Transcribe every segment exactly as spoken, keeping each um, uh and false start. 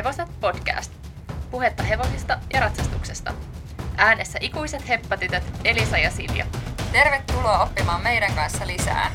Hevoset podcast. Puhetta hevosista ja ratsastuksesta. Äänessä ikuiset heppatytöt Elisa ja Silja. Tervetuloa oppimaan meidän kanssa lisää.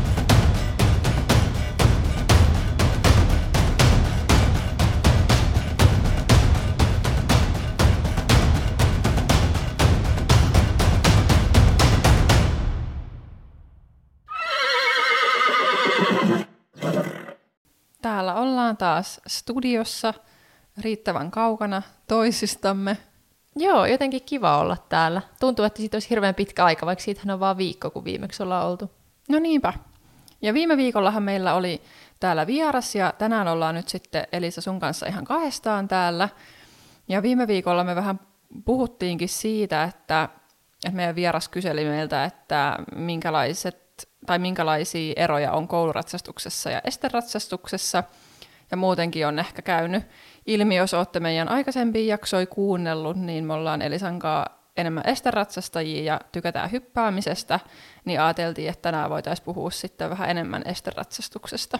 Täällä ollaan taas studiossa riittävän kaukana toisistamme. Joo, jotenkin kiva olla täällä. Tuntuu, että siitä olisi hirveän pitkä aika, vaikka siitähän on vaan viikko, kun viimeksi ollaan oltu. No niinpä. Ja viime viikollahan meillä oli täällä vieras, ja tänään ollaan nyt sitten Elisa sun kanssa ihan kahdestaan täällä. Ja viime viikolla me vähän puhuttiinkin siitä, että, että meidän vieras kyseli meiltä, että minkälaiset tai minkälaisia eroja on kouluratsastuksessa ja esteratsastuksessa. Ja muutenkin on ehkä käynyt ilmi, jos olette meidän aikaisempia jaksoja kuunnellut, niin me ollaan Elisan kanssa enemmän esteratsastajia ja tykätään hyppäämisestä, niin ajateltiin, että tänään voitaisiin puhua sitten vähän enemmän esteratsastuksesta.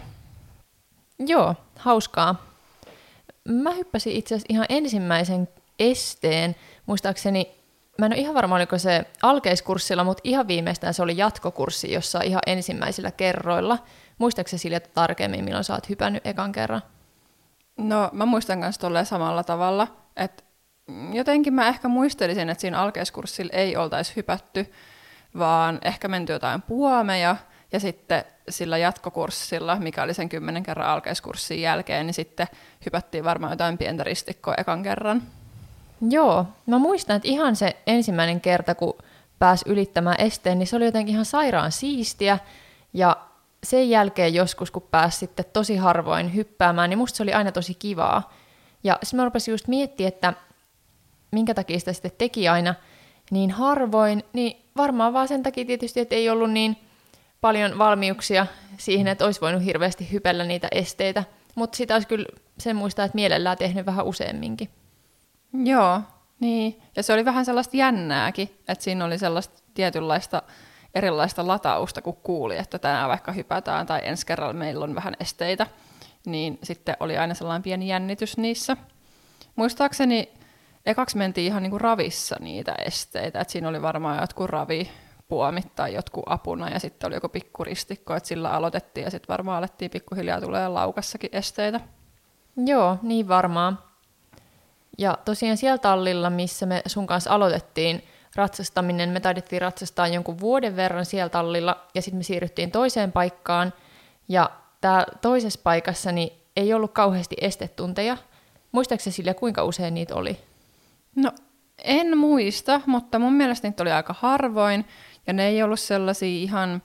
Joo, hauskaa. Mä hyppäsin itse asiassa ihan ensimmäisen esteen, muistaakseni, mä en ole ihan varma, oliko se alkeiskurssilla, mutta ihan viimeistään se oli jatkokurssi, jossa ihan ensimmäisillä kerroilla. Muistaakseni Silja tarkemmin, milloin sä oot hypännyt ekan kerran? No mä muistan kanssa tolleen samalla tavalla, että jotenkin mä ehkä muistelisin, että siinä alkeiskurssilla ei oltaisi hypätty, vaan ehkä menty jotain puomeja, ja sitten sillä jatkokurssilla, mikä oli sen kymmenen kerran alkeiskurssin jälkeen, niin sitten hypättiin varmaan jotain pientä ristikkoa ekan kerran. Joo, mä muistan, että ihan se ensimmäinen kerta, kun pääsi ylittämään esteen, niin se oli jotenkin ihan sairaan siistiä, ja sen jälkeen joskus, kun pääsi sitten tosi harvoin hyppäämään, niin musta se oli aina tosi kivaa. Ja sitten mä rupesin just miettimään, että minkä takia sitä sitten teki aina niin harvoin, niin varmaan vaan sen takia tietysti, että ei ollut niin paljon valmiuksia siihen, että olisi voinut hirveästi hypellä niitä esteitä, mutta sitä olisi kyllä sen muistaa, että mielellään tehnyt vähän useamminkin. Joo, niin. Ja se oli vähän sellaista jännääkin, että siinä oli sellaista tietynlaista erilaista latausta, kun kuuli, että tänään vaikka hypätään tai ensi kerralla meillä on vähän esteitä, niin sitten oli aina sellainen pieni jännitys niissä. Muistaakseni ekaksi mentiin ihan niinku ravissa niitä esteitä, että siinä oli varmaan jotkut ravipuomit tai jotkut apuna ja sitten oli joku pikkuristikko, että sillä aloitettiin ja sitten varmaan alettiin pikkuhiljaa tulee laukassakin esteitä. Joo, niin varmaan. Ja tosiaan siellä tallilla, missä me sun kanssa aloitettiin ratsastaminen, me taidettiin ratsastaa jonkun vuoden verran siellä tallilla, ja sitten me siirryttiin toiseen paikkaan, ja täällä toisessa paikassa niin ei ollut kauheasti estetunteja. Muistaakseni Silja, kuinka usein niitä oli? No, en muista, mutta mun mielestä niitä oli aika harvoin, ja ne ei ollut sellaisia ihan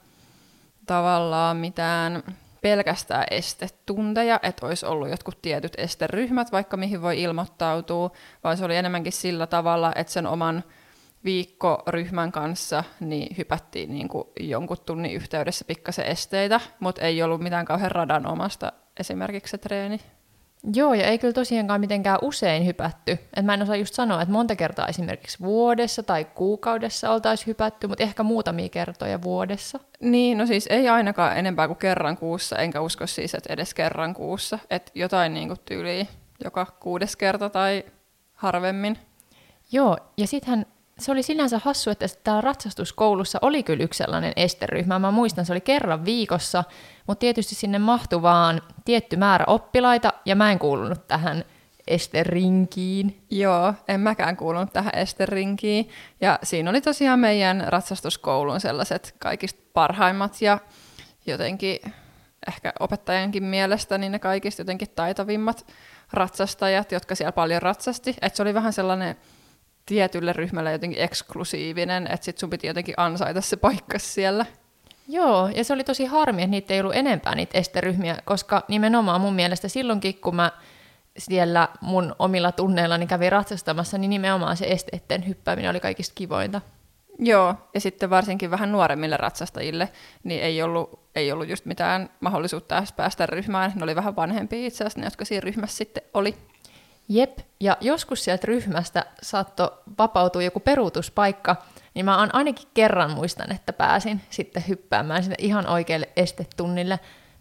tavallaan mitään pelkästään estetunteja, että olisi ollut jotkut tietyt esteryhmät, vaikka mihin voi ilmoittautua, vaan se oli enemmänkin sillä tavalla, että sen oman viikkoryhmän kanssa niin hypättiin niin kuin jonkun tunnin yhteydessä pikkasen esteitä, mutta ei ollut mitään kauhean radan omasta esimerkiksi se treeni. Joo, ja ei kyllä tosiaankaan mitenkään usein hypätty. Et mä en osaa just sanoa, että monta kertaa esimerkiksi vuodessa tai kuukaudessa oltaisiin hypätty, mutta ehkä muutamia kertoja vuodessa. Niin, no siis ei ainakaan enempää kuin kerran kuussa, enkä usko siis, että edes kerran kuussa. Että jotain niin kuin tyyliä joka kuudes kerta tai harvemmin. Joo, ja sittenhän se oli sinänsä hassu, että täällä ratsastuskoulussa oli kyllä yksi sellainen esteryhmä. Mä muistan, se oli kerran viikossa, mutta tietysti sinne mahtui vaan tietty määrä oppilaita, ja mä en kuulunut tähän esterinkiin. Joo, en mäkään kuulunut tähän esterinkiin. Ja siinä oli tosiaan meidän ratsastuskoulun sellaiset kaikista parhaimmat ja jotenkin ehkä opettajankin mielestä niin ne kaikista jotenkin taitavimmat ratsastajat, jotka siellä paljon ratsasti. Et se oli vähän sellainen tietylle ryhmälle jotenkin eksklusiivinen, että sit sun piti jotenkin ansaita se paikka siellä. Joo, ja se oli tosi harmi, että niitä ei ollut enempää niitä esteryhmiä, koska nimenomaan mun mielestä silloinkin, kun mä siellä mun omilla tunneillani kävin ratsastamassa, niin nimenomaan se esteitten hyppääminen oli kaikista kivointa. Joo, ja sitten varsinkin vähän nuoremmille ratsastajille, niin ei ollut, ei ollut just mitään mahdollisuutta päästä ryhmään. Ne oli vähän vanhempia itse asiassa, ne, jotka siinä ryhmässä sitten oli. Jep, ja joskus sieltä ryhmästä saattoi vapautua joku peruutuspaikka, niin mä ainakin kerran muistan, että pääsin sitten hyppäämään sinne ihan oikealle estetunnille.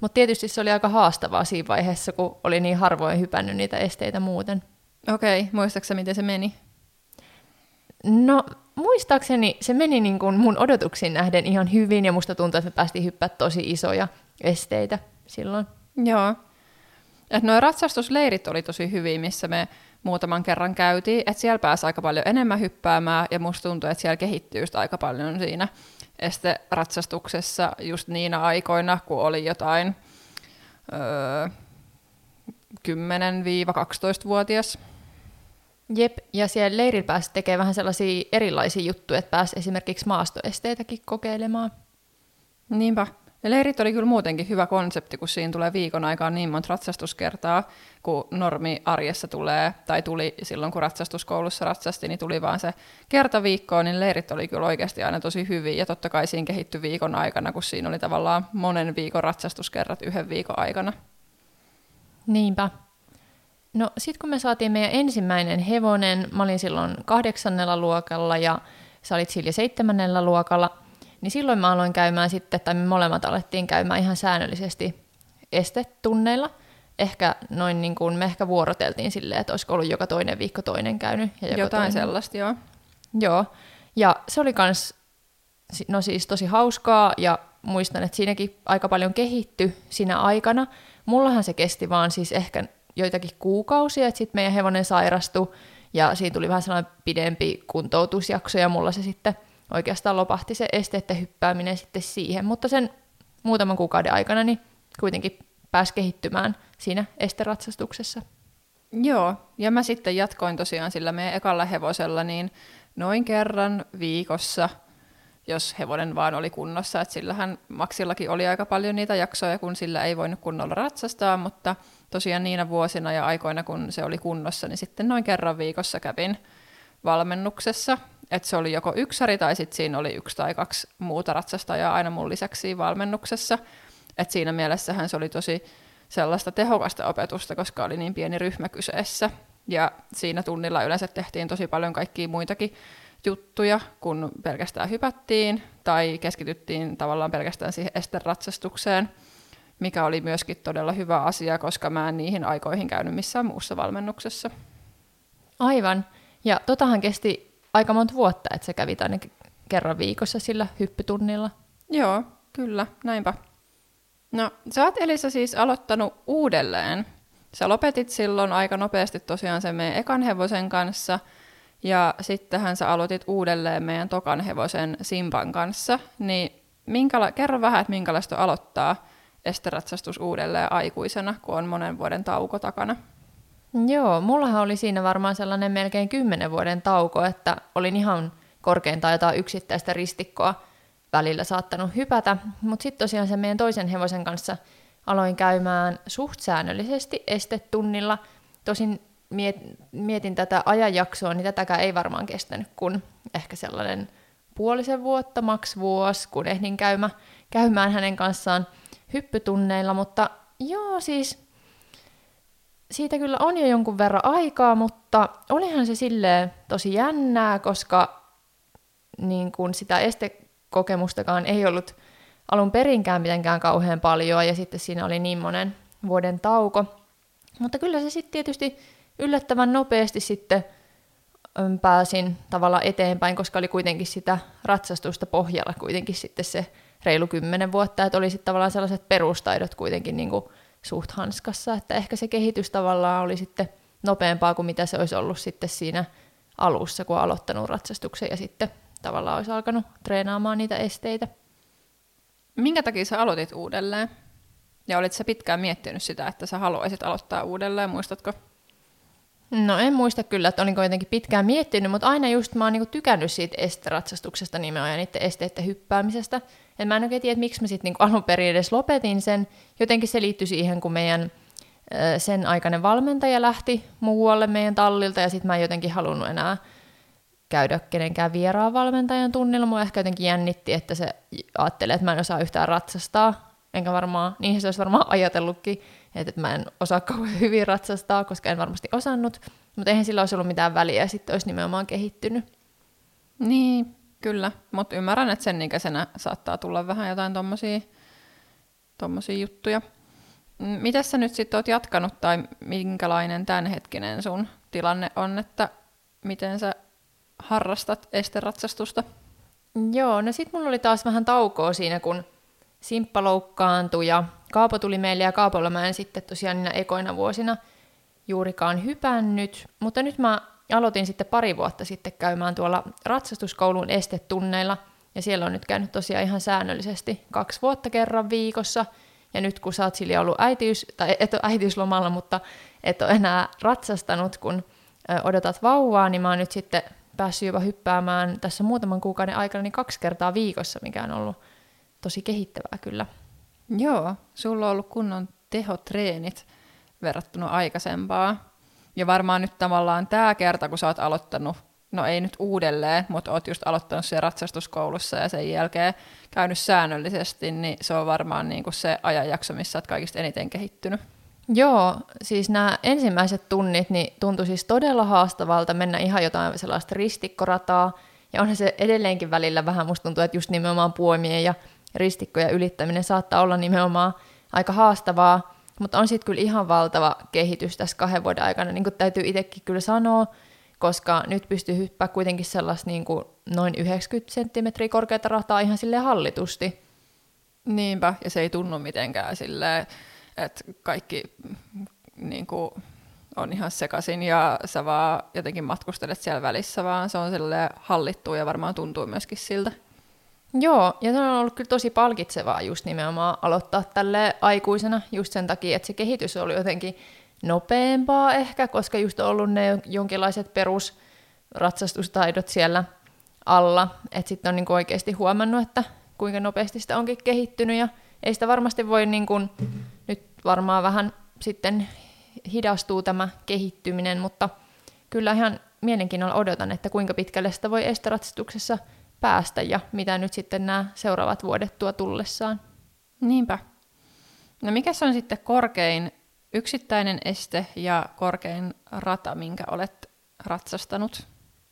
Mutta tietysti se oli aika haastavaa siinä vaiheessa, kun oli niin harvoin hypännyt niitä esteitä muuten. Okei, muistaaksä miten se meni? No muistaakseni se meni niin kuin mun odotuksiin nähden ihan hyvin, ja musta tuntuu, että me päästiin hyppää tosi isoja esteitä silloin. Joo. Et nuo ratsastusleirit oli tosi hyviä, missä me muutaman kerran käytiin, että siellä pääsi aika paljon enemmän hyppäämään, ja musta tuntuu, että siellä kehittyy just aika paljon siinä esteratsastuksessa just niinä aikoina, kun oli jotain öö, kymmenen-kaksitoista-vuotias. Jep, ja siellä leirillä pääsi tekemään vähän sellaisia erilaisia juttuja, että pääsi esimerkiksi maastoesteitäkin kokeilemaan. Niinpä. Ja leirit oli kyllä muutenkin hyvä konsepti, kun siinä tulee viikon aikaan niin monta ratsastuskertaa, kun normi arjessa tulee, tai tuli silloin, kun ratsastuskoulussa ratsasti, niin tuli vaan se kerta viikkoon, niin leirit oli kyllä oikeasti aina tosi hyviä, ja totta kai siinä kehittyi viikon aikana, kun siinä oli tavallaan monen viikon ratsastuskerrat yhden viikon aikana. Niinpä. No sit kun me saatiin meidän ensimmäinen hevonen, mä olin silloin kahdeksannella luokalla ja sä olit Silja seitsemännellä luokalla, niin silloin mä aloin käymään sitten, tai me molemmat alettiin käymään ihan säännöllisesti estetunneilla. Ehkä noin niin kuin me ehkä vuoroteltiin silleen, että olisiko ollut joka toinen viikko toinen käynyt. Ja joka Jotain toinen. sellaista, joo. Joo, ja se oli kans, no siis tosi hauskaa, ja muistan, että siinäkin aika paljon kehittyi siinä aikana. Mullahan se kesti vaan siis ehkä joitakin kuukausia, että sitten meidän hevonen sairastui, ja siinä tuli vähän sellainen pidempi kuntoutusjakso, ja mulla se sitten oikeastaan lopahti se esteiden hyppääminen sitten siihen, mutta sen muutaman kuukauden aikana niin kuitenkin pääsi kehittymään siinä esteratsastuksessa. Joo, ja mä sitten jatkoin tosiaan sillä meidän ekalla hevosella niin noin kerran viikossa, jos hevonen vaan oli kunnossa, että sillähän Maksillakin oli aika paljon niitä jaksoja, kun sillä ei voinut kunnolla ratsastaa, mutta tosiaan niinä vuosina ja aikoina, kun se oli kunnossa, niin sitten noin kerran viikossa kävin valmennuksessa, että se oli joko yksäri tai sitten siinä oli yksi tai kaksi muuta ratsastajaa aina mun lisäksi siinä valmennuksessa, että siinä mielessähän se oli tosi sellaista tehokasta opetusta, koska oli niin pieni ryhmä kyseessä, ja siinä tunnilla yleensä tehtiin tosi paljon kaikkia muitakin juttuja, kun pelkästään hypättiin tai keskityttiin tavallaan pelkästään siihen esteratsastukseen, mikä oli myöskin todella hyvä asia, koska mä en niihin aikoihin käynyt missään muussa valmennuksessa. Aivan. Ja totahan kesti aika monta vuotta, että sä kävit ainakin kerran viikossa sillä hyppytunnilla. Joo, kyllä, näinpä. No, sä oot Elisa siis aloittanut uudelleen. Sä lopetit silloin aika nopeasti tosiaan sen meidän ekan hevosen kanssa, ja sittenhän sä aloitit uudelleen meidän tokan hevosen Simpan kanssa. Niin minkäla- kerro vähän, että minkälaista aloittaa esteratsastus uudelleen aikuisena, kun on monen vuoden tauko takana. Joo, mullahan oli siinä varmaan sellainen melkein kymmenen vuoden tauko, että olin ihan korkeintaan jotain yksittäistä ristikkoa välillä saattanut hypätä, mutta sitten tosiaan sen meidän toisen hevosen kanssa aloin käymään suht säännöllisesti estetunnilla. Tosin miet- mietin tätä ajanjaksoa, niin tätäkään ei varmaan kestänyt kuin ehkä sellainen puolisen vuotta, maks vuosi, kun ehdin käymä, käymään hänen kanssaan hyppytunneilla, mutta joo siis siitä kyllä on jo jonkun verran aikaa, mutta olihan se silleen tosi jännää, koska niin kun sitä estekokemustakaan ei ollut alun perinkään mitenkään kauhean paljon, ja sitten siinä oli niin monen vuoden tauko. Mutta kyllä se sitten tietysti yllättävän nopeasti sitten pääsin tavallaan eteenpäin, koska oli kuitenkin sitä ratsastusta pohjalla kuitenkin sitten se reilu kymmenen vuotta, että oli sitten tavallaan sellaiset perustaidot kuitenkin niin kuin suht hanskassa, että ehkä se kehitys tavallaan oli sitten nopeampaa kuin mitä se olisi ollut sitten siinä alussa, kun on aloittanut ratsastuksen ja sitten tavallaan olisi alkanut treenaamaan niitä esteitä. Minkä takia sä aloitit uudelleen? Ja olit sä pitkään miettinyt sitä, että sä haluaisit aloittaa uudelleen, muistatko? No en muista kyllä, että olin jotenkin pitkään miettinyt, mutta aina just mä oon niinku tykännyt siitä esteratsastuksesta nimenomaan ja niiden esteiden hyppäämisestä. Et mä en oikein tiedä, että miksi mä sitten niinku alun perin edes lopetin sen. Jotenkin se liittyi siihen, kun meidän sen aikainen valmentaja lähti muualle meidän tallilta ja sitten mä en jotenkin halunnut enää käydä kenenkään vieraan valmentajan tunnilla. Mua ehkä jotenkin jännitti, että se ajattelee, että mä en osaa yhtään ratsastaa. Enkä varmaan, niinhän se olisi varmaan ajatellutkin, että mä en osaa kauhean hyvin ratsastaa, koska en varmasti osannut. Mutta eihän sillä olisi ollut mitään väliä, ja sitten olisi nimenomaan kehittynyt. Niin, kyllä. Mutta ymmärrän, että sen ikäisenä saattaa tulla vähän jotain tommosia, tommosia juttuja. Miten sä nyt sitten oot jatkanut tai minkälainen tämänhetkinen sun tilanne on, että miten sä harrastat esteratsastusta? Joo, no sit mulla oli taas vähän taukoa siinä, kun Simppa loukkaantui ja Kaapo tuli meille ja Kaapolla mä en sitten tosiaan niinä ekoina vuosina juurikaan hypännyt, mutta nyt mä aloitin sitten pari vuotta sitten käymään tuolla ratsastuskoulun estetunneilla ja siellä on nyt käynyt tosiaan ihan säännöllisesti kaksi vuotta kerran viikossa ja nyt kun sä oot Silja ollut äitiys, tai et ole äitiyslomalla, mutta et ole enää ratsastanut, kun odotat vauvaa, niin mä oon nyt sitten päässyt jopa hyppäämään tässä muutaman kuukauden aikana niin kaksi kertaa viikossa, mikä on ollut tosi kehittävää kyllä. Joo, sulla on ollut kunnon tehotreenit verrattuna aikaisempaa. Ja varmaan nyt tavallaan tämä kerta, kun sä oot aloittanut, no ei nyt uudelleen, mutta oot just aloittanut siellä ratsastuskoulussa ja sen jälkeen käynyt säännöllisesti, niin se on varmaan niinku se ajanjakso, missä oot kaikista eniten kehittynyt. Joo, siis nämä ensimmäiset tunnit niin tuntui siis todella haastavalta mennä ihan jotain sellaista ristikkorataa. Ja onhan se edelleenkin välillä vähän, musta tuntuu, että just nimenomaan puomien ja ristikkojen ylittäminen saattaa olla nimenomaan aika haastavaa. Mutta on sitten kyllä ihan valtava kehitys tässä kahden vuoden aikana, niin kuin täytyy itsekin kyllä sanoa, koska nyt pystyy hyppää kuitenkin sellaista niin kuin noin yhdeksänkymmentä senttimetriä korkeata rataa ihan silleen hallitusti. Niinpä, ja se ei tunnu mitenkään silleen, että kaikki niin kuin, on ihan sekaisin ja sä vaan jotenkin matkustelet siellä välissä, vaan se on silleen hallittu ja varmaan tuntuu myöskin siltä. Joo, ja se on ollut kyllä tosi palkitsevaa just nimenomaan aloittaa tälle aikuisena just sen takia, että se kehitys oli jotenkin nopeampaa ehkä, koska just on ollut ne jonkinlaiset perusratsastustaidot siellä alla, että sitten on niinku oikeasti huomannut, että kuinka nopeasti sitä onkin kehittynyt ja ei sitä varmasti voi niinku, nyt varmaan vähän sitten hidastuu tämä kehittyminen, mutta kyllä ihan mielenkiinnolla odotan, että kuinka pitkälle sitä voi esteratsastuksessa päästä ja mitä nyt sitten nämä seuraavat vuodet tuo tullessaan. Niinpä. No mikä on sitten korkein yksittäinen este ja korkein rata, minkä olet ratsastanut?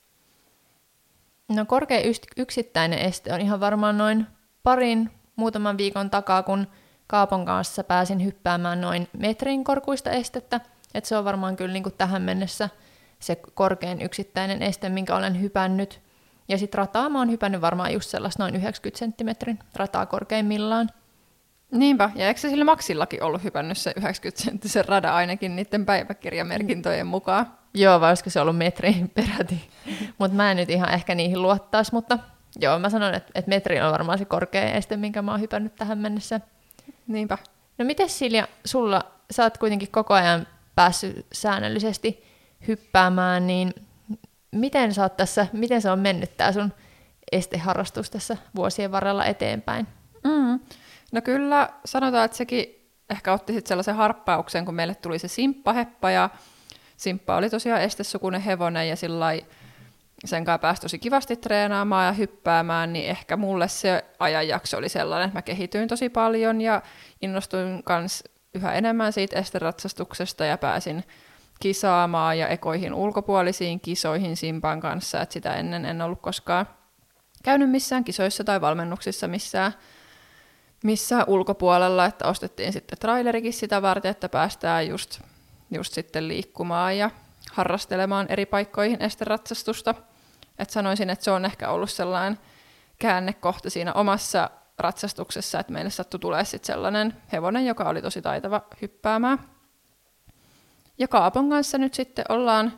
No korkein yksittäinen este on ihan varmaan noin parin muutaman viikon takaa, kun Kaapon kanssa pääsin hyppäämään noin metrin korkuista estettä. Et se on varmaan kyllä niin kuin tähän mennessä se korkein yksittäinen este, minkä olen hypännyt. Ja sitten rataa mä oon hypännyt varmaan just sellaista noin yhdeksänkymmentä senttimetrin rataa korkeimmillaan. Niinpä, ja eikö se sillä Maxillakin ollut hypännyt se yhdeksänkymmentä senttisen rada ainakin niiden päiväkirjamerkintöjen mukaan? Joo, vai olisiko se ollut metri peräti. Mutta mä en nyt ihan ehkä niihin luottaisi, mutta joo, mä sanon, että et metri on varmaan se korkein este, minkä mä oon hypännyt tähän mennessä. Niinpä. No mites Silja, sulla, sä oot kuitenkin koko ajan päässyt säännöllisesti hyppäämään, niin miten sä oot tässä, miten se on mennyt tää sun esteharrastus tässä vuosien varrella eteenpäin? Mm. No kyllä, sanotaan, että sekin ehkä otti sitten sellaisen harppauksen, kun meille tuli se Simppa-heppa, ja Simppa oli tosiaan estesukuinen hevonen, ja sillai sen kanssa pääsi tosi kivasti treenaamaan ja hyppäämään, niin ehkä mulle se ajanjakso oli sellainen, että mä kehityin tosi paljon, ja innostuin kans yhä enemmän siitä esteratsastuksesta, ja pääsin kisaamaan ja ekoihin ulkopuolisiin kisoihin Simpan kanssa, että sitä ennen en ollut koskaan käynyt missään kisoissa tai valmennuksissa missään, missään ulkopuolella, että ostettiin sitten trailerikin sitä varten, että päästään just, just sitten liikkumaan ja harrastelemaan eri paikkoihin esteratsastusta. Et sanoisin, että se on ehkä ollut sellainen käännekohta siinä omassa ratsastuksessa, että meille sattui tulee sitten sellainen hevonen, joka oli tosi taitava hyppäämään. Ja Kaapon kanssa nyt sitten ollaan,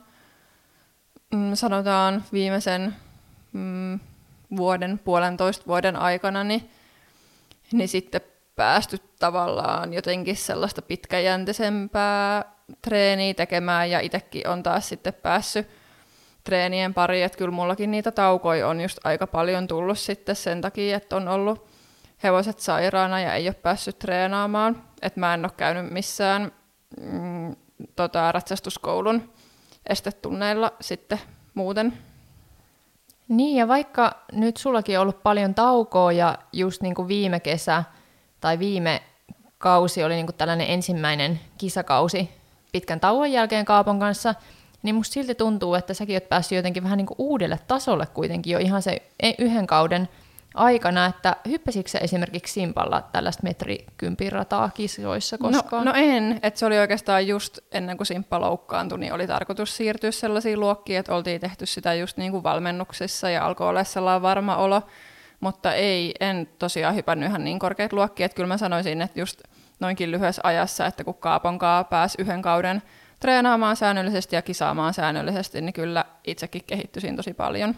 mm, sanotaan viimeisen mm, vuoden, puolentoista vuoden aikana, niin, niin sitten päästy tavallaan jotenkin sellaista pitkäjänteisempää treeniä tekemään, ja itsekin on taas sitten päässyt treenien pariin, että kyllä mullakin niitä taukoja on just aika paljon tullut sitten sen takia, että on ollut hevoset sairaana ja ei ole päässyt treenaamaan, että mä en ole käynyt missään mm, tota, ratsastuskoulun estetunneilla sitten muuten. Niin, ja vaikka nyt sullakin on ollut paljon taukoa ja just niin kuin viime kesä tai viime kausi oli niin kuin tällainen ensimmäinen kisakausi pitkän tauon jälkeen Kaapon kanssa, niin musta silti tuntuu, että säkin oot päässyt jotenkin vähän niin kuin uudelle tasolle kuitenkin jo ihan se yhden kauden aikana, että hyppäsitkö sä esimerkiksi Simpalla tällaista metrikympirataa kisoissa koskaan? No, no en, että se oli oikeastaan just ennen kuin Simppa loukkaantui, niin oli tarkoitus siirtyä sellaisiin luokkiin, että oltiin tehty sitä just niin kuin valmennuksissa ja alkoi olla sellainen varma olo, mutta ei, en tosiaan hypännyt ihan niin korkeat luokkia, että kyllä mä sanoisin, että just noinkin lyhyessä ajassa, että kun Kaaponkaa pääsi yhden kauden treenaamaan säännöllisesti ja kisaamaan säännöllisesti, niin kyllä itsekin kehittyisin tosi paljon.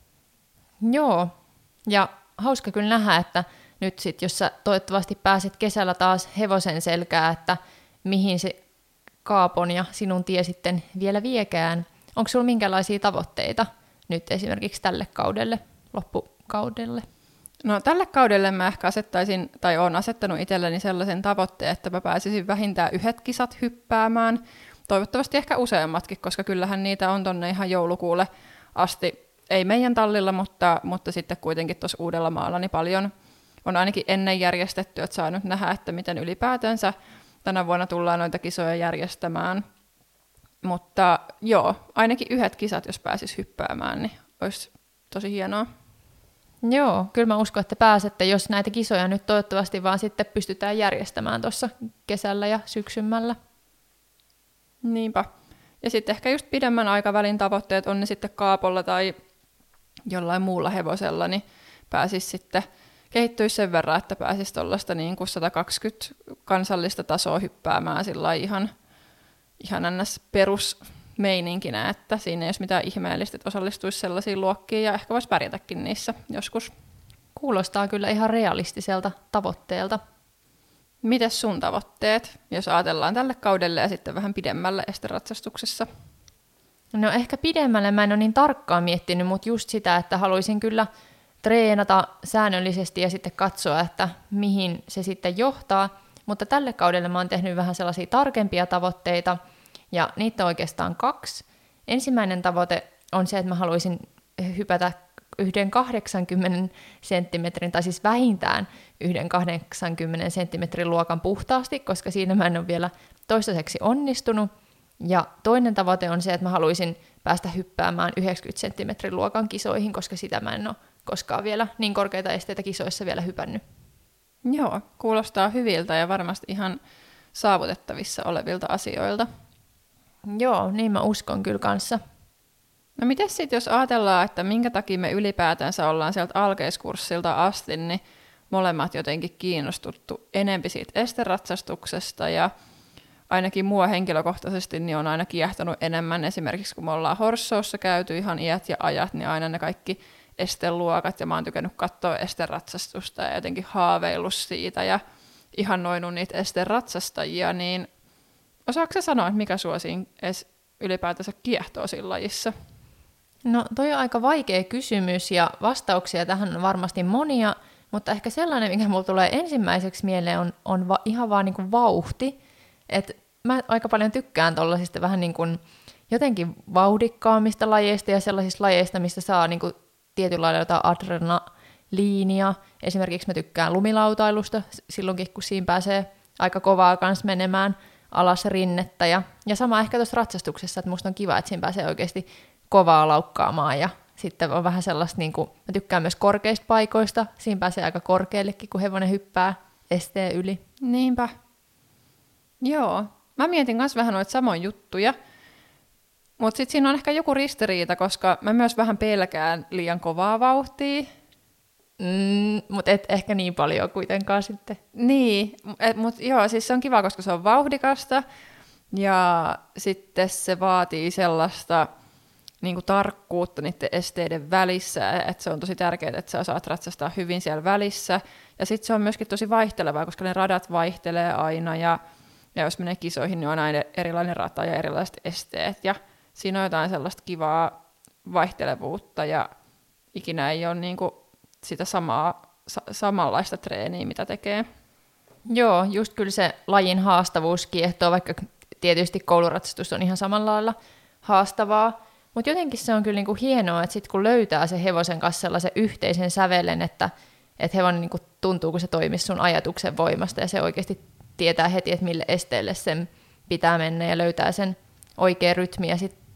Joo, ja hauska kyllä nähdä, että nyt sit, jos sä toivottavasti pääset kesällä taas hevosen selkää, että mihin se Kaapon ja sinun tie sitten vielä viekään. Onko sulla minkälaisia tavoitteita nyt esimerkiksi tälle kaudelle, loppukaudelle? No tälle kaudelle mä ehkä asettaisin, tai olen asettanut itselleni sellaisen tavoitteen, että mä pääsisin vähintään yhdet kisat hyppäämään. Toivottavasti ehkä useammatkin, koska kyllähän niitä on tonne ihan joulukuulle asti. Ei meidän tallilla, mutta, mutta sitten kuitenkin tuossa Uudellamaalla niin paljon on ainakin ennen järjestetty, että saa nyt nähdä, että miten ylipäätänsä tänä vuonna tullaan noita kisoja järjestämään. Mutta joo, ainakin yhdet kisat, jos pääsis hyppäämään, niin olisi tosi hienoa. Joo, kyllä mä uskon, että pääsette, jos näitä kisoja nyt toivottavasti vaan sitten pystytään järjestämään tuossa kesällä ja syksymällä. Niinpä. Ja sitten ehkä just pidemmän aikavälin tavoitteet on ne sitten Kaapolla tai jollain muulla hevosella, niin pääsisi sitten kehittyisi sen verran, että pääsisi tuollaista niin kuin sata kaksikymmentä kansallista tasoa hyppäämään sillä ihan, ihan ns. Perusmeininkinä, että siinä ei olisi mitään ihmeellistä, että osallistuisi sellaisiin luokkiin ja ehkä voisi pärjätäkin niissä joskus. Kuulostaa kyllä ihan realistiselta tavoitteelta. Mites sun tavoitteet, jos ajatellaan tälle kaudelle ja sitten vähän pidemmälle esteratsastuksessa? No ehkä pidemmälle mä en ole niin tarkkaan miettinyt, mutta just sitä, että haluaisin kyllä treenata säännöllisesti ja sitten katsoa, että mihin se sitten johtaa. Mutta tälle kaudelle mä oon tehnyt vähän sellaisia tarkempia tavoitteita ja niitä on oikeastaan kaksi. Ensimmäinen tavoite on se, että mä haluaisin hypätä yhden kahdeksankymmentä senttimetrin, tai siis vähintään yhden kahdeksankymmentä senttimetrin luokan puhtaasti, koska siinä mä en ole vielä toistaiseksi onnistunut. Ja toinen tavoite on se, että mä haluaisin päästä hyppäämään yhdeksänkymmentä senttimetrin luokan kisoihin, koska sitä mä en ole koskaan vielä niin korkeita esteitä kisoissa vielä hypännyt. Joo, kuulostaa hyviltä ja varmasti ihan saavutettavissa olevilta asioilta. Joo, niin mä uskon kyllä kanssa. No miten sitten, jos ajatellaan, että minkä takia me ylipäätänsä ollaan sieltä alkeiskurssilta asti, niin molemmat jotenkin kiinnostuttu enempi siitä esteratsastuksesta ja ainakin mua henkilökohtaisesti niin on aina kiehtonut enemmän esimerkiksi kun me ollaan Horssoussa käyty ihan iät ja ajat, niin aina ne kaikki esteluokat ja mä oon tykännyt katsoa esteratsastusta ja jotenkin haaveillut siitä ja ihannoinut niitä esteratsastajia, niin osaatko sä sanoa, että mikä sua siinä edes ylipäätänsä kiehtoo siinä lajissa? No toi on aika vaikea kysymys ja vastauksia tähän on varmasti monia, mutta ehkä sellainen, mikä mulla tulee ensimmäiseksi mieleen on, on va- ihan vaan niin kuin vauhti. Et mä aika paljon tykkään tollasista vähän niin kuin jotenkin vauhdikkaammista lajeista ja sellaisista lajeista, mistä saa niin kuin tietyllä lailla jotain adrenaliinia. Esimerkiksi mä tykkään lumilautailusta silloinkin, kun siinä pääsee aika kovaa kanssa menemään alas rinnettä. Ja, ja sama ehkä tuossa ratsastuksessa, että musta on kiva, että siinä pääsee oikeasti kovaa laukkaamaan ja sitten on vähän sellaista, niin kuin, mä tykkään myös korkeista paikoista, siinä pääsee aika korkeallekin, kun hevonen hyppää esteen yli. Niinpä. Joo, mä mietin myös vähän noita samoja juttuja, mutta sitten siinä on ehkä joku ristiriita, koska mä myös vähän pelkään liian kovaa vauhtia. Mm, mutta et ehkä niin paljon kuitenkaan sitten. Niin, mutta joo, siis se on kiva, koska se on vauhdikasta ja sitten se vaatii sellaista niin kuin tarkkuutta niiden esteiden välissä, että se on tosi tärkeää, että sä osaat ratsastaa hyvin siellä välissä. Ja sitten se on myöskin tosi vaihtelevaa, koska ne radat vaihtelee aina ja, ja jos menee kisoihin, niin on aina erilainen rata ja erilaiset esteet. Ja siinä on jotain sellaista kivaa vaihtelevuutta ja ikinä ei ole niin kuin sitä samaa, sa- samanlaista treeniä, mitä tekee. Joo, just kyllä se lajin haastavuus kiehtoo, vaikka tietysti kouluratsastus on ihan samalla lailla haastavaa. Mutta jotenkin se on kyllä niinku hienoa, että sit kun löytää se hevosen kanssa sellaisen yhteisen sävelen, että et hevonen niinku tuntuu, kun se toimisi sun ajatuksen voimasta ja se oikeasti tietää heti, että mille esteelle sen pitää mennä ja löytää sen oikean rytmi ja sit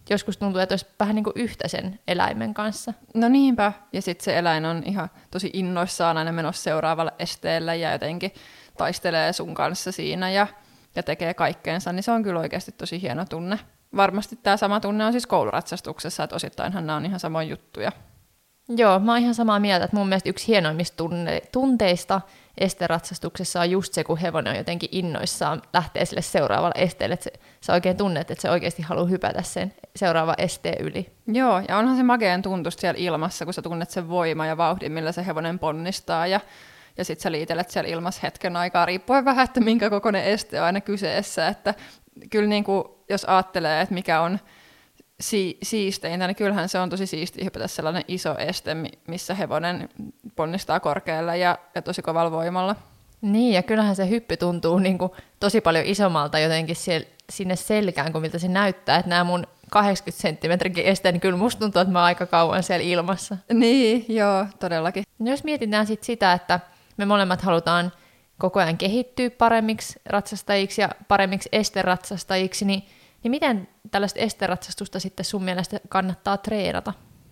joskus tuntuu, että olisi vähän niin kuin yhtä sen eläimen kanssa. No niinpä, ja sitten se eläin on ihan tosi innoissaan aina menossa seuraavalle esteelle ja jotenkin taistelee sun kanssa siinä ja, ja tekee kaikkeensa, niin se on kyllä oikeasti tosi hieno tunne. Varmasti tämä sama tunne on siis kouluratsastuksessa, että osittainhan nämä on ihan samoja juttuja. Joo, mä oon ihan samaa mieltä, että mun mielestä yksi hienoimmista tunne- tunteista esteratsastuksessa on just se, kun hevonen on jotenkin innoissaan lähtee sille seuraavalle esteelle, että se, sä oikein tunnet, että se oikeasti haluaa hypätä sen seuraava esteen yli. Joo, ja onhan se makeen tuntusta siellä ilmassa, kun sä tunnet sen voima ja vauhdin, millä se hevonen ponnistaa, ja, ja sit sä liitelet siellä ilmassa hetken aikaa, riippuen vähän, että minkä kokoinen este on aina kyseessä, että kyllä niin kuin, jos ajattelee, että mikä on si- siisteintä, niin kyllähän se on tosi siistiä hypätä sellainen iso este, missä hevonen ponnistaa korkealle ja, ja tosi kovalla voimalla. Niin, ja kyllähän se hyppy tuntuu niin kuin tosi paljon isommalta jotenkin siellä, sinne selkään, kuin miltä se näyttää, että nämä mun kahdeksankymmentä senttimetrikin esteet, niin kyllä musta tuntuu, että mä oon aika kauan siellä ilmassa. Niin, joo, todellakin. No jos mietitään sit sitä, että me molemmat halutaan koko ajan kehittyä paremmiksi ratsastajiksi ja paremmiksi esteratsastajiksi, niin, niin miten tällaista esteratsastusta sitten sun mielestä kannattaa treenata?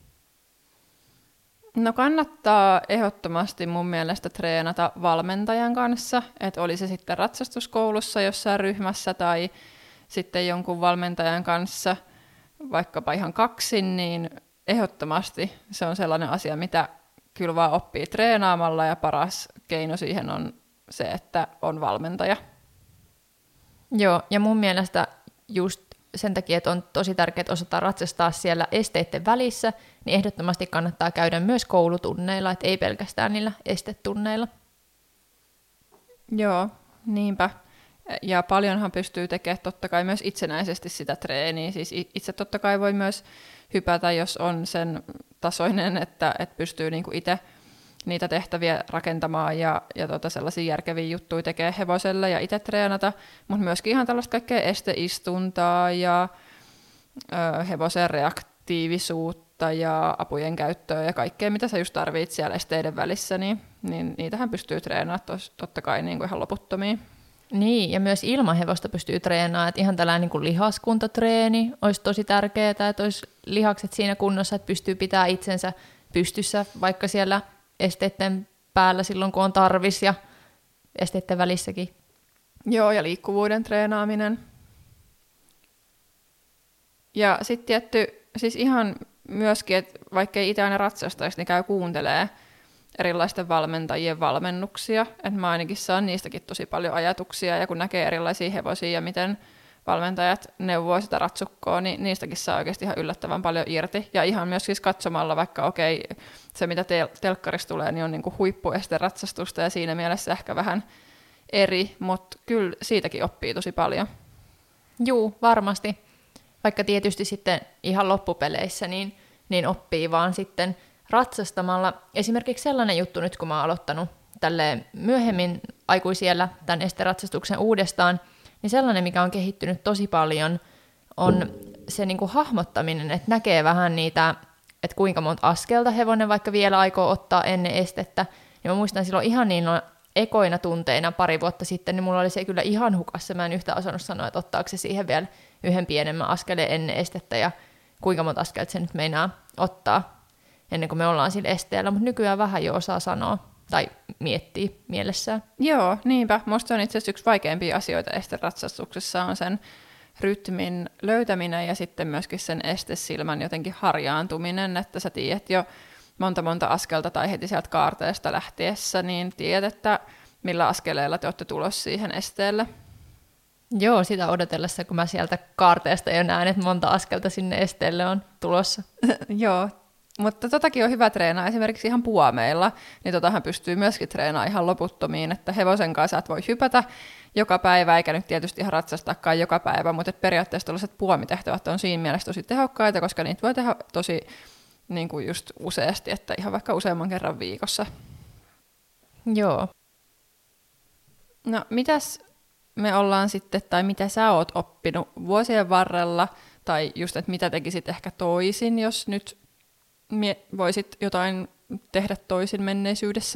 No kannattaa ehdottomasti mun mielestä treenata valmentajan kanssa, että oli se sitten ratsastuskoulussa jossain ryhmässä tai sitten jonkun valmentajan kanssa, vaikkapa ihan kaksin, niin ehdottomasti se on sellainen asia, mitä kyllä vaan oppii treenaamalla ja paras keino siihen on se, että on valmentaja. Joo, ja mun mielestä just sen takia, että on tosi tärkeää osata ratsastaa siellä esteiden välissä, niin ehdottomasti kannattaa käydä myös koulutunneilla, että ei pelkästään niillä estetunneilla. Joo, niinpä. Ja paljonhan pystyy tekemään totta kai myös itsenäisesti sitä treeniä. Siis itse totta kai voi myös hypätä, jos on sen tasoinen, että, että pystyy niinku itse niitä tehtäviä rakentamaan ja, ja tota sellaisia järkeviä juttuja tekee hevoselle ja itse treenata, mutta myöskin ihan tällaista kaikkea esteistuntaa ja ö, hevosen reaktiivisuutta ja apujen käyttöä ja kaikkea, mitä sä just tarvitset siellä esteiden välissä, niin, niin niitähän pystyy treenaamaan tos, totta kai niin kuin ihan loputtomiin. Niin, ja myös ilman hevosta pystyy treenaamaan, että ihan tällainen niin kuin lihaskuntotreeni olisi tosi tärkeää, että olisi lihakset siinä kunnossa, että pystyy pitämään itsensä pystyssä, vaikka siellä esteiden päällä silloin, kun on tarvis ja esteiden välissäkin. Joo, ja liikkuvuuden treenaaminen. Ja sitten tietty, siis ihan myöskin, että vaikka ei itse aina ratsastaisi, niin käy kuuntelee erilaisten valmentajien valmennuksia. Että mä ainakin saan niistäkin tosi paljon ajatuksia, ja kun näkee erilaisia hevosia ja miten valmentajat neuvoo sitä ratsukkoa, niin niistäkin saa oikeasti ihan yllättävän paljon irti. Ja ihan myös siis katsomalla, vaikka okei, se mitä tel- telkkarissa tulee, niin on niinku huippuesteratsastusta ja siinä mielessä ehkä vähän eri, mutta kyllä siitäkin oppii tosi paljon. Juu, varmasti. Vaikka tietysti sitten ihan loppupeleissä niin, niin oppii vaan sitten ratsastamalla. Esimerkiksi sellainen juttu nyt, kun mä oon aloittanut tälleen myöhemmin aikuisiellä tämän esteratsastuksen uudestaan, niin sellainen, mikä on kehittynyt tosi paljon, on se niin kuin hahmottaminen, että näkee vähän niitä, että kuinka monta askelta hevonen vaikka vielä aikoo ottaa ennen estettä. Ja mä muistan silloin ihan niin ekoina tunteina pari vuotta sitten, niin mulla oli se kyllä ihan hukassa. Mä en yhtään osannut sanoa, että ottaako se siihen vielä yhden pienemmän askeleen ennen estettä ja kuinka monta askelta se nyt meinaa ottaa ennen kuin me ollaan sillä esteellä. Mutta nykyään vähän jo osaa sanoa tai miettii mielessään. Joo, niinpä. Musta on itse asiassa yksi vaikeimpia asioita esteratsastuksessa on sen rytmin löytäminen ja sitten myöskin sen estesilmän jotenkin harjaantuminen, että sä tiedät jo monta monta askelta tai heti sieltä kaarteesta lähtiessä, niin tiedät, että millä askeleella te olette tulossa siihen esteelle. Joo, sitä odotellessa, kun mä sieltä kaarteesta jo näen, että monta askelta sinne esteelle on tulossa. Joo, mutta totakin on hyvä treenaa esimerkiksi ihan puomeilla, niin totahan pystyy myöskin treenaamaan ihan loputtomiin, että hevosen kanssa et voi hypätä joka päivä, eikä nyt tietysti ihan ratsastaakaan joka päivä, mutta periaatteessa tällaiset puomitehtävät on siinä mielessä tosi tehokkaita, koska niitä voi tehdä tosi niin kuin just useasti, että ihan vaikka useamman kerran viikossa. Joo. No mitäs me ollaan sitten, tai mitä sä oot oppinut vuosien varrella, tai just, että mitä tekisit ehkä toisin, jos nyt voisit jotain tehdä toisin menneisyydessä?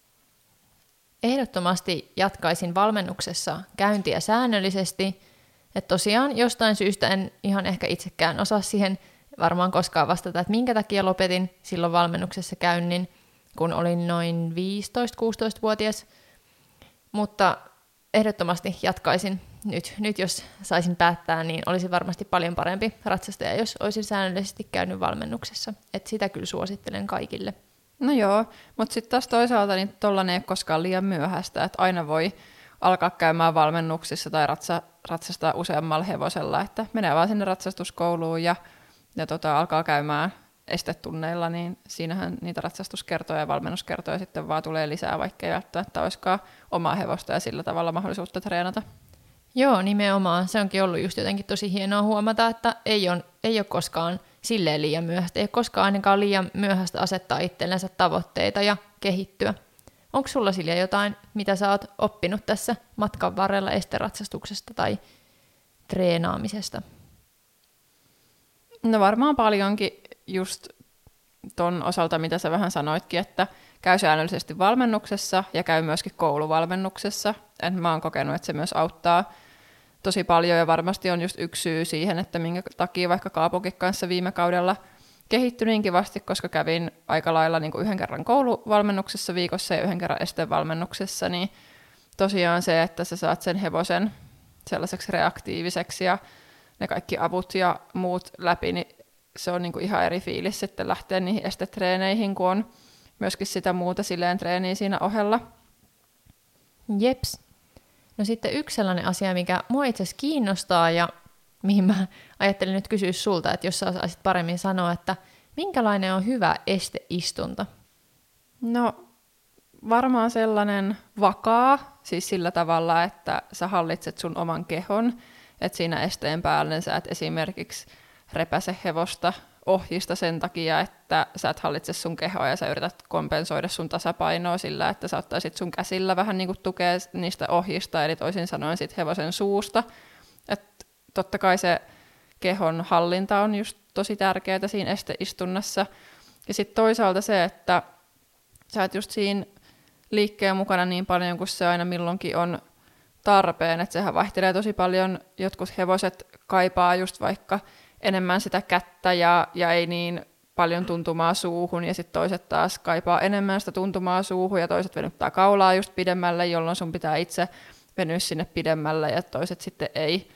Ehdottomasti jatkaisin valmennuksessa käyntiä säännöllisesti. Et tosiaan jostain syystä en ihan ehkä itsekään osaa siihen varmaan koskaan vastata, että minkä takia lopetin silloin valmennuksessa käynnin, kun olin noin viisitoista-kuusitoista-vuotias. Mutta ehdottomasti jatkaisin nyt. Nyt jos saisin päättää, niin olisi varmasti paljon parempi ratsastaja, jos olisin säännöllisesti käynyt valmennuksessa. Et sitä kyllä suosittelen kaikille. No joo, mutta sitten taas toisaalta niin tollainen ei ole koskaan liian myöhäistä, että aina voi alkaa käymään valmennuksissa tai ratsa, ratsastaa useammalla hevosella, että menee vaan sinne ratsastuskouluun ja, ja tota, alkaa käymään estetunneilla, niin siinähän niitä ratsastuskertoja ja valmennuskertoja sitten vaan tulee lisää, vaikka ei välttämättä olisikaan omaa hevosta ja sillä tavalla mahdollisuutta treenata. Joo, nimenomaan. Se onkin ollut just jotenkin tosi hienoa huomata, että ei ole, ei ole koskaan silleen liian myöhäistä. Ei ole koskaan ainakaan liian myöhäistä asettaa itsellensä tavoitteita ja kehittyä. Onko sulla Silja jotain, mitä sä oot oppinut tässä matkan varrella esteratsastuksesta tai treenaamisesta? No varmaan paljonkin just ton osalta, mitä sä vähän sanoitkin, että käy säännöllisesti valmennuksessa ja käy myöskin kouluvalmennuksessa. Et mä oon kokenut, että se myös auttaa tosi paljon ja varmasti on just yksi syy siihen, että minkä takia vaikka Kaapunkin kanssa viime kaudella kehittyi niin kivasti, koska kävin aika lailla niin kuin yhden kerran kouluvalmennuksessa viikossa ja yhden kerran estevalmennuksessa, niin tosiaan se, että sä saat sen hevosen sellaiseksi reaktiiviseksi ja ne kaikki avut ja muut läpi, niin se on niin kuin ihan eri fiilis sitten lähteä niihin estetreeneihin, kun on myöskin sitä muuta silleen treeniä siinä ohella. Jeps. No sitten yksi sellainen asia, mikä mua itse asiassa kiinnostaa ja mihin mä ajattelin nyt kysyä sulta, että jos sä osaisit paremmin sanoa, että minkälainen on hyvä esteistunta? No varmaan sellainen vakaa, siis sillä tavalla, että sä hallitset sun oman kehon, että siinä esteen päälle sä et esimerkiksi repäse hevosta ohjista sen takia, että sä et hallitse sun kehoa ja sä yrität kompensoida sun tasapainoa sillä, että sä ottaisit sun käsillä vähän niin kuin tukea niistä ohjista, eli toisin sanoen sit hevosen suusta. Et totta kai se kehon hallinta on just tosi tärkeää siinä esteistunnassa. Ja sitten toisaalta se, että sä et just siinä liikkeen mukana niin paljon kuin se aina milloinkin on tarpeen, että sehän vaihtelee tosi paljon. Jotkut hevoset kaipaa just vaikka enemmän sitä kättä ja, ja ei niin paljon tuntumaa suuhun, ja sitten toiset taas kaipaa enemmän sitä tuntumaa suuhun, ja toiset venyttää kaulaa just pidemmälle, jolloin sun pitää itse venyä sinne pidemmälle, ja toiset sitten ei.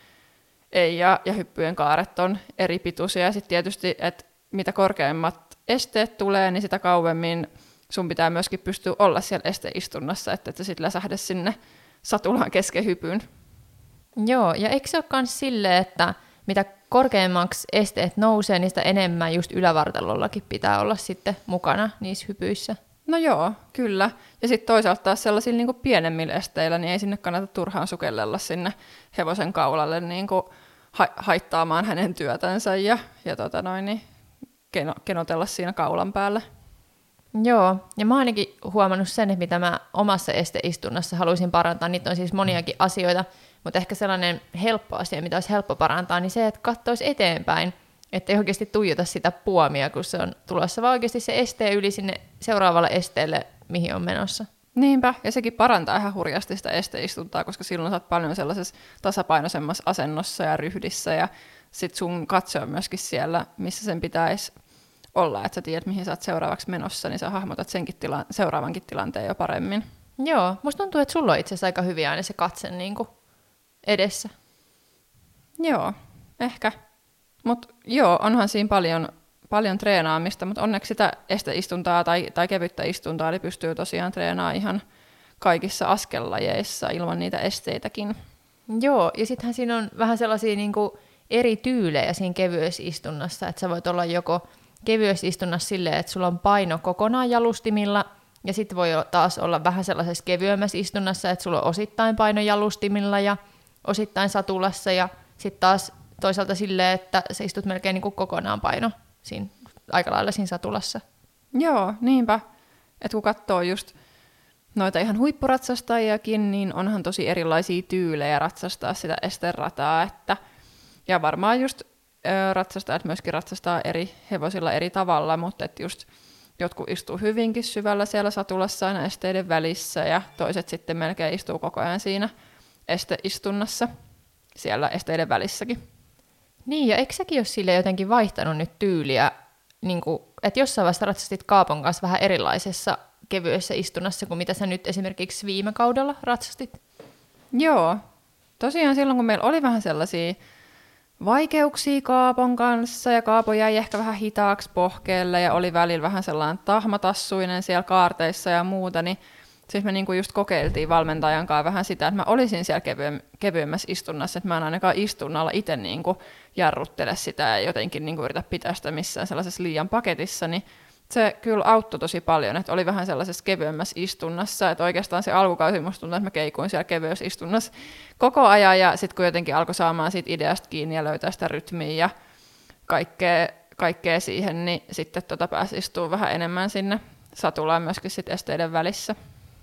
ei ja, ja hyppyjen kaaret on eri pituisia, ja sitten tietysti, että mitä korkeimmat esteet tulee, niin sitä kauemmin sun pitää myöskin pystyä olla siellä esteistunnassa, että et sä sitten läsähde sinne satulaan kesken hypyn. Joo, ja eikö se ole myös silleen, että mitä korkeammaksi esteet nousee, niin sitä enemmän just ylävartalollakin pitää olla sitten mukana niissä hypyissä? No joo, kyllä. Ja sitten toisaalta taas sellaisilla niin kuin pienemmillä esteillä, niin ei sinne kannata turhaan sukellella sinne hevosen kaulalle niin kuin ha- haittaamaan hänen työtänsä ja, ja tota noin, niin keno- kenotella siinä kaulan päällä. Joo, ja mä oon ainakin huomannut sen, että mitä mä omassa esteistunnassa haluaisin parantaa. Niitä on siis moniakin asioita, mutta ehkä sellainen helppo asia, mitä olisi helppo parantaa, niin se, että katsoisi eteenpäin, ettei oikeasti tuijota sitä puomia, kun se on tulossa, vaan oikeasti se estee yli sinne seuraavalle esteelle, mihin on menossa. Niinpä, ja sekin parantaa ihan hurjasti sitä esteistuntaa, koska silloin sä oot paljon sellaisessa tasapainoisemmassa asennossa ja ryhdissä, ja sit sun katse on myöskin siellä, missä sen pitäisi olla, että sä tiedät, mihin sä oot seuraavaksi menossa, niin sä hahmotat senkin tila- seuraavankin tilanteen jo paremmin. Joo, musta tuntuu, että sulla on itse asiassa aika hyvin aina se katse niin kuin edessä. Joo, ehkä. Mutta joo, onhan siinä paljon, paljon treenaamista, mutta onneksi sitä esteistuntaa tai, tai kevyttä istuntaa eli pystyy tosiaan treenaamaan ihan kaikissa askellajeissa ilman niitä esteitäkin. Joo, ja sittenhän siinä on vähän sellaisia niin kuin eri tyylejä siinä kevyessä istunnassa, että sä voit olla joko kevyessä istunnassa silleen, että sulla on paino kokonaan jalustimilla, ja sitten voi taas olla vähän sellaisessa kevyemmässä istunnassa, että sulla on osittain paino jalustimilla ja osittain satulassa, ja sitten taas toisaalta silleen, että sä istut melkein niin kuin kokonaan paino siinä, aika lailla siinä satulassa. Joo, niinpä. Että kun katsoo just noita ihan huippuratsastajiakin, niin onhan tosi erilaisia tyylejä ratsastaa sitä esterataa, että ja varmaan just ö, ratsastajat myöskin ratsastaa eri hevosilla eri tavalla, mutta et just jotkut istuu hyvinkin syvällä siellä satulassa aina esteiden välissä ja toiset sitten melkein istuu koko ajan siinä esteistunnassa. siellä esteiden välissäkin. Niin, ja eikö säkin ole sille jotenkin vaihtanut nyt tyyliä, niin kuin, että jossain vaiheessa ratsastit Kaapon kanssa vähän erilaisessa kevyessä istunnassa kuin mitä sä nyt esimerkiksi viime kaudella ratsastit? Joo. Tosiaan silloin, kun meillä oli vähän sellaisia vaikeuksia Kaapon kanssa, ja Kaapo jäi ehkä vähän hitaaksi pohkeelle, ja oli välillä vähän sellainen tahmatassuinen siellä kaarteissa ja muuta, niin siis me niinku just kokeiltiin valmentajan kanssa vähän sitä, että mä olisin siellä kevyem- kevyemmässä istunnassa, että mä en ainakaan istunnalla itse niinku jarruttele sitä ja jotenkin niinku yritä pitää sitä missään sellaisessa liian paketissa, niin se kyllä auttoi tosi paljon, että oli vähän sellaisessa kevyemmässä istunnassa, että oikeastaan se alkukausi musta tuntuu, että mä keikuin siellä kevyessä istunnassa koko ajan, ja sitten kun jotenkin alkoi saamaan siitä ideasta kiinni ja löytää sitä rytmiä ja kaikkea, kaikkea siihen, niin sitten tota pääsi istua vähän enemmän sinne satulaan myöskin sit esteiden välissä.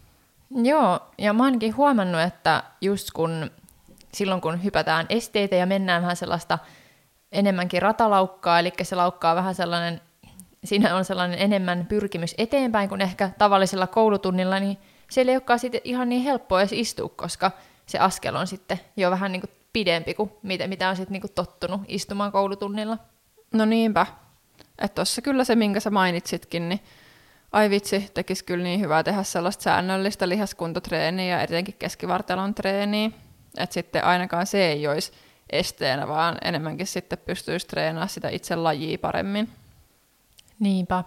Joo, ja mä oonkin huomannut, että just kun silloin kun hypätään esteitä ja mennään vähän sellaista enemmänkin ratalaukkaa, eli se laukkaa vähän sellainen, siinä on sellainen enemmän pyrkimys eteenpäin kuin ehkä tavallisella koulutunnilla, niin siellä ei olekaan sitten ihan niin helppoa edes istua, koska se askel on sitten jo vähän niin kuin pidempi kuin mitä, mitä on sitten niin kuin tottunut istumaan koulutunnilla. No niinpä. Että tuossa kyllä se, minkä sä mainitsitkin, niin ai vitsi, tekisi kyllä niin hyvää tehdä sellaista säännöllistä lihaskuntotreeniä ja etenkin keskivartalon treeniä. Että sitten ainakaan se ei olisi esteenä, vaan enemmänkin sitten pystyisi treenaamaan sitä itse lajia paremmin. Niinpä.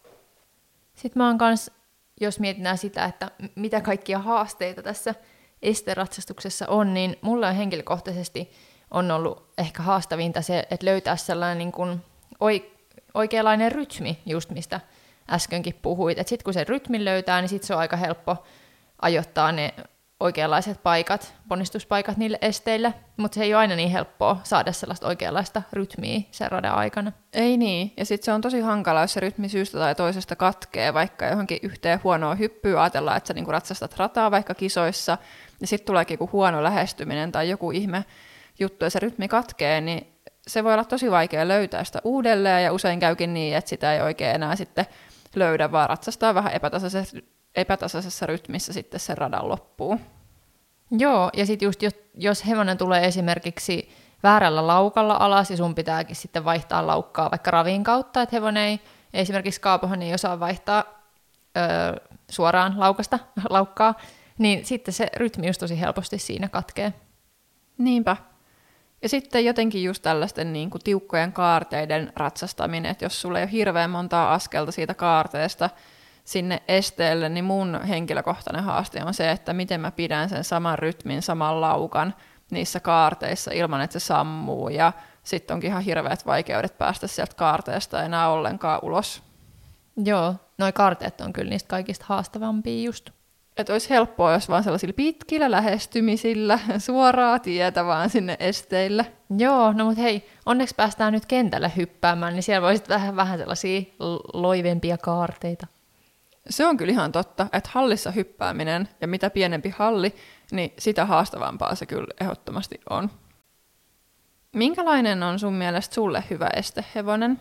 Sitten mä oon kans, jos mietitään sitä, että mitä kaikkia haasteita tässä esteratsastuksessa on, niin mulle on henkilökohtaisesti on ollut ehkä haastavinta se, että löytää sellainen niin kuin oikeanlainen rytmi, just mistä äskenkin puhuit. Että sitten kun se rytmin löytää, niin sitten se on aika helppo ajoittaa ne oikeanlaiset paikat, ponnistuspaikat niille esteille, mutta se ei ole aina niin helppoa saada sellaista oikeanlaista rytmiä sen radan aikana. Ei niin, ja sitten se on tosi hankala, jos se rytmi syystä tai toisesta katkee, vaikka johonkin yhteen huonoa hyppyä, ajatellaan, että sä niinku ratsastat rataa vaikka kisoissa, ja sitten tuleekin joku huono lähestyminen tai joku ihme juttu, ja se rytmi katkee, niin se voi olla tosi vaikea löytää sitä uudelleen, ja usein käykin niin, että sitä ei oikein enää sitten löydä, vaan ratsastaa vähän epätasaisessa, epätasaisessa rytmissä sitten sen radan loppuun. Joo, ja sitten just jos, jos hevonen tulee esimerkiksi väärällä laukalla alas, ja sun pitääkin sitten vaihtaa laukkaa vaikka ravin kautta, että hevonen ei, esimerkiksi Kaapohan ei osaa vaihtaa öö, suoraan laukasta laukkaa, niin sitten se rytmi just tosi helposti siinä katkee. Niinpä. Ja sitten jotenkin just tällaisten niin kuin tiukkojen kaarteiden ratsastaminen, että jos sulla ei ole hirveän montaa askelta siitä kaarteesta sinne esteelle, niin mun henkilökohtainen haaste on se, että miten mä pidän sen saman rytmin, saman laukan niissä kaarteissa ilman, että se sammuu. Ja sitten onkin ihan hirveät vaikeudet päästä sieltä kaarteesta enää ollenkaan ulos. Joo, noi kaarteet on kyllä niistä kaikista haastavampia just. Että olisi helppoa, jos vaan sellaisilla pitkillä lähestymisillä suoraa tietä vaan sinne esteille. Joo, no mut hei, onneksi päästään nyt kentälle hyppäämään, niin siellä voisit vähän, vähän sellaisia loivempia kaarteita. Se on kyllä ihan totta, että hallissa hyppääminen ja mitä pienempi halli, niin sitä haastavampaa se kyllä ehdottomasti on. Minkälainen on sun mielestä sulle hyvä estehevonen?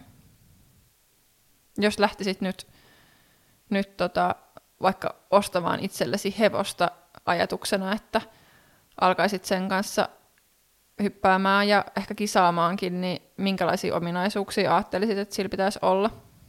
Jos lähtisit nyt, nyt tota, vaikka ostamaan itsellesi hevosta ajatuksena, että alkaisit sen kanssa hyppäämään ja ehkä kisaamaankin, niin minkälaisia ominaisuuksia ajattelisit, että sillä pitäisi olla?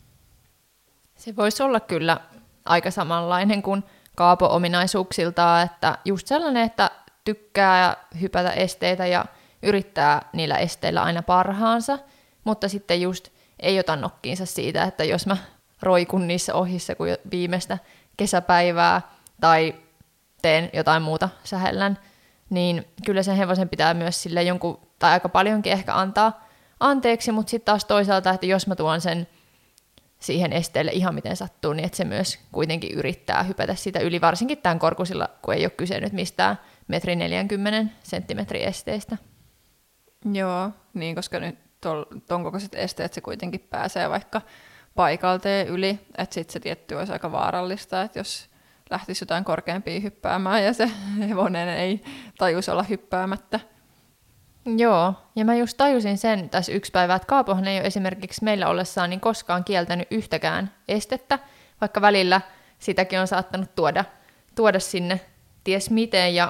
Se voisi olla kyllä aika samanlainen kuin Kaapo-ominaisuuksiltaan, että just sellainen, että tykkää hypätä esteitä ja yrittää niillä esteillä aina parhaansa, mutta sitten just ei ota nokkiinsa siitä, että jos mä roikun niissä ohissa kuin viimeistä kesäpäivää tai teen jotain muuta sähellän, niin kyllä sen hevosen pitää myös sille jonkun, tai aika paljonkin ehkä antaa anteeksi, mutta sitten taas toisaalta, että jos mä tuon sen siihen esteelle ihan miten sattuu, niin että se myös kuitenkin yrittää hypätä sitä yli, varsinkin tämän korkusilla, kun ei ole kyse nyt mistään metri neljänkymmenen senttimetrin esteistä. Joo, niin koska nyt ton kokoiset esteet se kuitenkin pääsee vaikka paikalteen yli, että sitten se tietty olisi aika vaarallista, että jos lähtisi jotain korkeampia hyppäämään ja se hevonen ei tajuisi olla hyppäämättä. Joo, ja mä just tajusin sen tässä yksi päivä, että Kaapohan ei ole esimerkiksi meillä ollessaan niin koskaan kieltänyt yhtäkään estettä, vaikka välillä sitäkin on saattanut tuoda, tuoda sinne ties miten, ja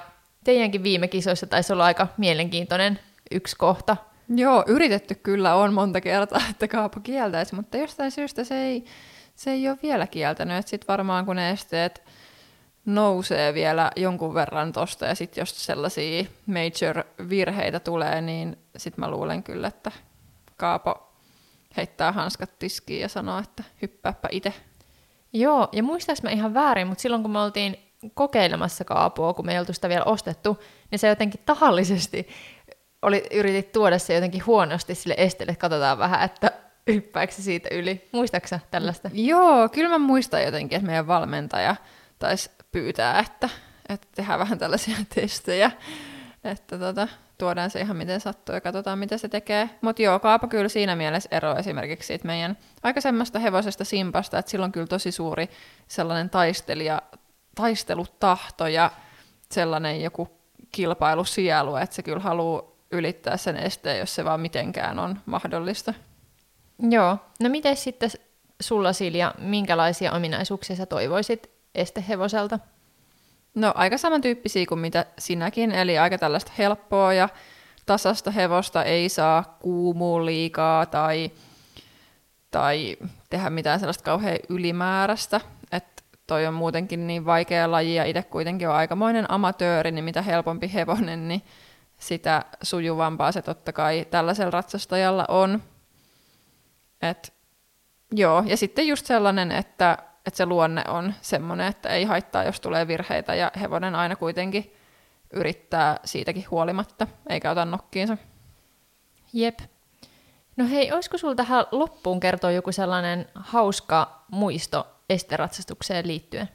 teidänkin viime kisoissa taisi olla aika mielenkiintoinen yksi kohta. Joo, yritetty kyllä on monta kertaa, että Kaapo kieltäisi, mutta jostain syystä se ei, se ei ole vielä kieltänyt. Sitten varmaan kun ne esteet nousee vielä jonkun verran tosta ja sitten jos sellaisia major-virheitä tulee, niin sitten mä luulen kyllä, että Kaapo heittää hanskat tiskiin ja sanoo, että hyppääpä itse. Joo, ja muistaaks mä ihan väärin, mutta silloin kun me oltiin kokeilemassa Kaapoa, kun me ei oltu sitä vielä ostettu, niin se jotenkin tahallisesti oli, yritit tuoda se jotenkin huonosti sille esteelle, että katsotaan vähän, että hyppääkö se siitä yli. Muistatko sä tällaista? Joo, kyllä mä muistan jotenkin, että meidän valmentaja taisi pyytää, että, että tehdään vähän tällaisia testejä, että tota, tuodaan se ihan miten sattuu ja katsotaan, mitä se tekee. Mutta joo, Kaapo kyllä siinä mielessä ero esimerkiksi siitä meidän aikaisemmasta hevosesta Simpasta, että sillä on kyllä tosi suuri sellainen taistelija, taistelutahto ja sellainen joku kilpailusielu, että se kyllä haluaa ylittää sen esteen, jos se vaan mitenkään on mahdollista. Joo, no miten sitten sulla, Silja, minkälaisia ominaisuuksia sä toivoisit estehevoselta? No aika samantyyppisiä kuin mitä sinäkin, eli aika tällaista helppoa ja tasasta hevosta, ei saa kuumua liikaa tai, tai tehdä mitään sellaista kauhean ylimääräistä, että toi on muutenkin niin vaikea laji ja itse kuitenkin on aikamoinen amatööri, niin mitä helpompi hevonen, niin sitä sujuvampaa se totta kai tällaisella ratsastajalla on. Et, joo, ja sitten just sellainen, että, että se luonne on semmoinen, että ei haittaa, jos tulee virheitä, ja hevonen aina kuitenkin yrittää siitäkin huolimatta, eikä ota nokkiinsa. Jep. No hei, olisiko sulla tähän loppuun kertoa joku sellainen hauska muisto esteratsastukseen liittyen?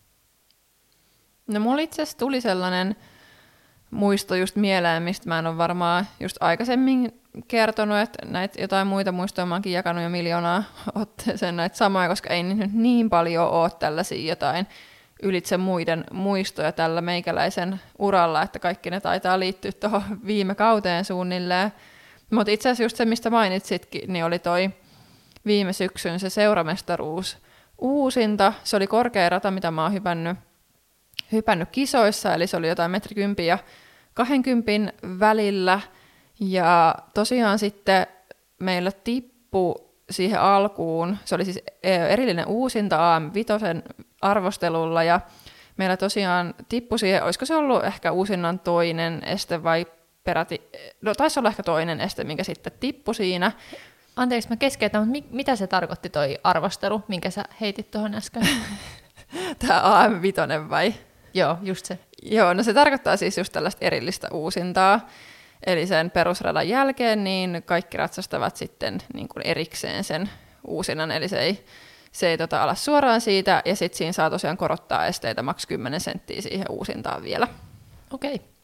No mulla itse asiassa tuli sellainen muisto just mieleen, mistä mä en ole varmaan just aikaisemmin kertonut, että näitä jotain muita muistoja mä oonkin jakanut jo miljoonaa otteeseen näitä samoja, koska ei nyt niin paljon ole tällaisia jotain ylitse muiden muistoja tällä meikäläisen uralla, että kaikki ne taitaa liittyä tuohon viime kauteen suunnilleen. Mutta itse asiassa just se, mistä mainitsitkin, niin oli toi viime syksyn se seuramestaruus uusinta. Se oli korkea rata, mitä mä oon hypännyt, hypännyt kisoissa, eli se oli jotain metri kympin ja kahdenkympin välillä. Ja tosiaan sitten meillä tippui siihen alkuun, se oli siis erillinen uusinta A M viisi arvostelulla, ja meillä tosiaan tippui siihen, olisiko se ollut ehkä uusinnan toinen este vai peräti, no taisi olla ehkä toinen este, minkä sitten tippui siinä. Anteeksi, mä keskeytän, mutta mi- mitä se tarkoitti toi arvostelu, minkä sä heitit tuohon äsken? Tämä A M viisi vai? Joo, just se. Joo, no se tarkoittaa siis just tällaista erillistä uusintaa. Eli sen perusradan jälkeen niin kaikki ratsastavat sitten niin kuin erikseen sen uusinnan, eli se ei, se ei tota ala suoraan siitä, ja sitten siinä saa tosiaan korottaa esteitä maks kymmenen senttiä siihen uusintaan vielä. Okei. Okay.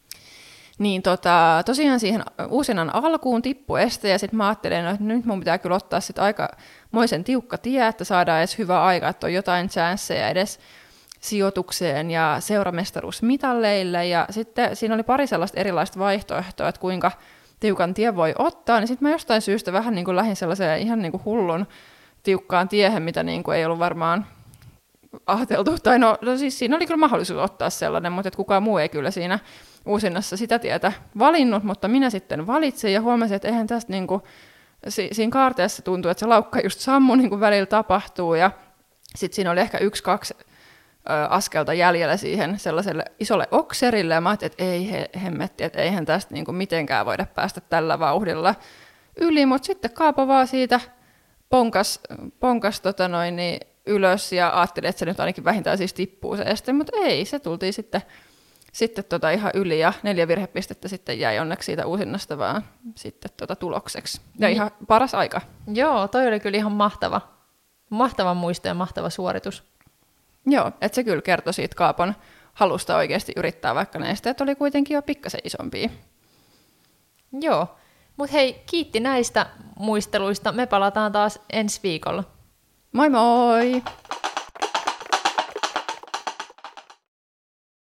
Niin tota, tosiaan siihen uusinnan alkuun tippui este, ja sitten mä ajattelin, että nyt mun pitää kyllä ottaa sit aikamoisen tiukka tie, että saadaan edes hyvä aika, että on jotain chanceja edes sijoitukseen ja seuramestaruusmitalleille, ja sitten siinä oli pari sellaista erilaista vaihtoehtoa, että kuinka tiukan tie voi ottaa, niin sitten mä jostain syystä vähän niin kuin lähdin sellaiseen ihan niin kuin hullun tiukkaan tiehen, mitä niin kuin ei ollut varmaan ajateltu, tai no, no siis siinä oli kyllä mahdollisuus ottaa sellainen, mutta että kukaan muu ei kyllä siinä uusinnassa sitä tietä valinnut, mutta minä sitten valitsin ja huomasin, että eihän tästä niin kuin, si- siinä kaarteessa tuntuu, että se laukka just sammu niin kuin välillä tapahtuu, ja sitten siinä oli ehkä yksi, kaksi askelta jäljellä siihen sellaiselle isolle okserille, ja mä ajattelin, että ei he, hemmetti, että eihän tästä niin kuin mitenkään voida päästä tällä vauhdilla yli, mutta sitten Kaapo vaan siitä ponkas, ponkas tota noin, niin ylös, ja ajattelin, että se nyt ainakin vähintään siis tippuu se este, mutta ei, se tultiin sitten, sitten tota ihan yli, ja neljä virhepistettä sitten jäi onneksi siitä uusinnasta vaan sitten tota tulokseksi. Ja niin. Ihan paras aika. Joo, toi oli kyllä ihan mahtava. Mahtava muisto ja mahtava suoritus. Joo, että se kyllä kertoi siitä Kaapon halusta oikeasti yrittää, vaikka ne esteet oli kuitenkin jo pikkasen isompia. Joo, mutta hei, kiitti näistä muisteluista. Me palataan taas ensi viikolla. Moi moi!